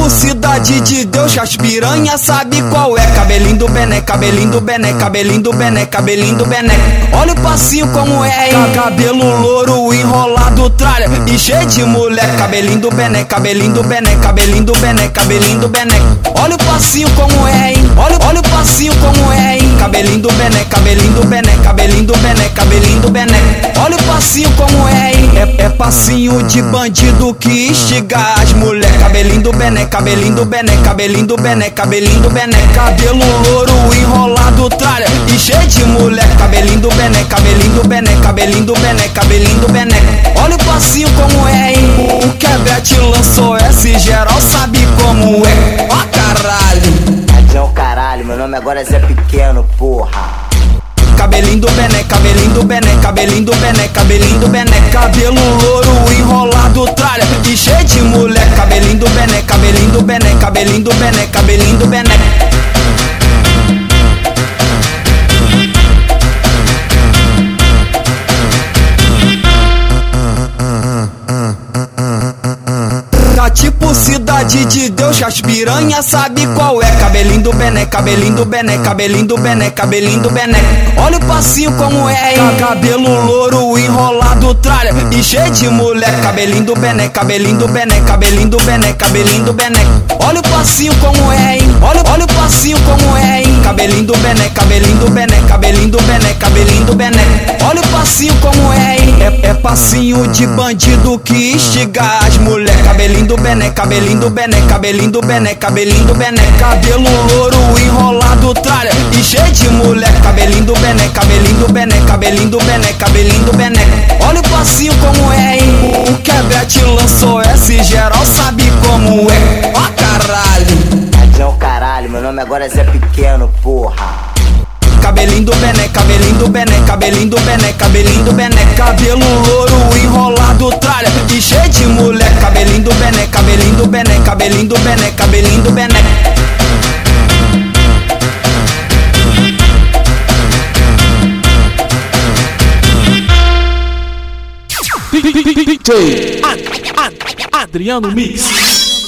tipo Cidade de Deus, as piranha sabe qual é. Cabelinho do bené, cabelinho do bené, cabelinho do bené, cabelinho do bené. Olha o passinho como é, hein? Cabelo louro, enrolado, tralha e cheio de moleque. Cabelinho do bené, cabelinho do bené, cabelinho do bené, cabelinho do bené. Olha o passinho como é, hein? Olha o passinho como é, hein? Cabelinho do bené, cabelinho do bené, cabelinho do bené, cabelinho do bené. Olha o passinho como é, hein? É passinho de bandido que instiga as mulher. Cabelinho do bené, cabelinho do bené, cabelinho do bené, cabelinho do bené. Cabelo louro, enrolado, tralha e cheio de mulher. Cabelinho do bené, cabelinho do bené, cabelinho do bené, cabelinho do bené. Olha o passinho como é, hein? O Quebrete lançou essa, geral sabe como é. Ó caralho. Tadinho caralho, meu nome agora é Zé Pequeno, porra. Cabelinho do bené, cabelinho do bené, cabelinho do bené, cabelinho do bené. Cabelo louro, enrolado, tralha e cheio de mulher. Cabelinho do bené, cabelinho do bené, cabelinho do bené, cabelinho do bené. Tá tipo Cidade de Deus, as piranha sabe qual é. Cabelinho do bené, cabelinho do bené, cabelinho do bené, cabelinho do bené. Olha o passinho como é, hein? Cabelo louro, enrolado, tralha e cheio de mulher. Cabelinho do bené, cabelinho do bené, cabelinho do bené, cabelinho do bené. Olha o passinho como é, hein? Olha o passinho como é, hein? Cabelinho do bené, cabelinho do bené, cabelinho do bené, cabelinho do bené. Olha o passinho como é, hein? É passinho de bandido que instiga as mulher. Cabelinho do bené, cabelinho do bené, cabelinho do bené, cabelinho do bené. Cabelo louro, enrolado, tralha e cheio de mulher. Cabelinho do bené, cabelinho do bené, cabelinho do bené, cabelinho do bené. Olha o passinho como é, hein? O Quebrete lançou essa, geral sabe como é. Ó caralho. Tadinho caralho, meu nome agora é Zé Pequeno, porra. Cabelinho do bené, cabelinho do bené, cabelinho do bené, cabelinho do bené. Cabelo louro, enrolado, tralha e cheio de mulher. Cabelinho do bené, cabelinho do bené, cabelinho do bené, cabelinho do bené. DJ Adriano Mix.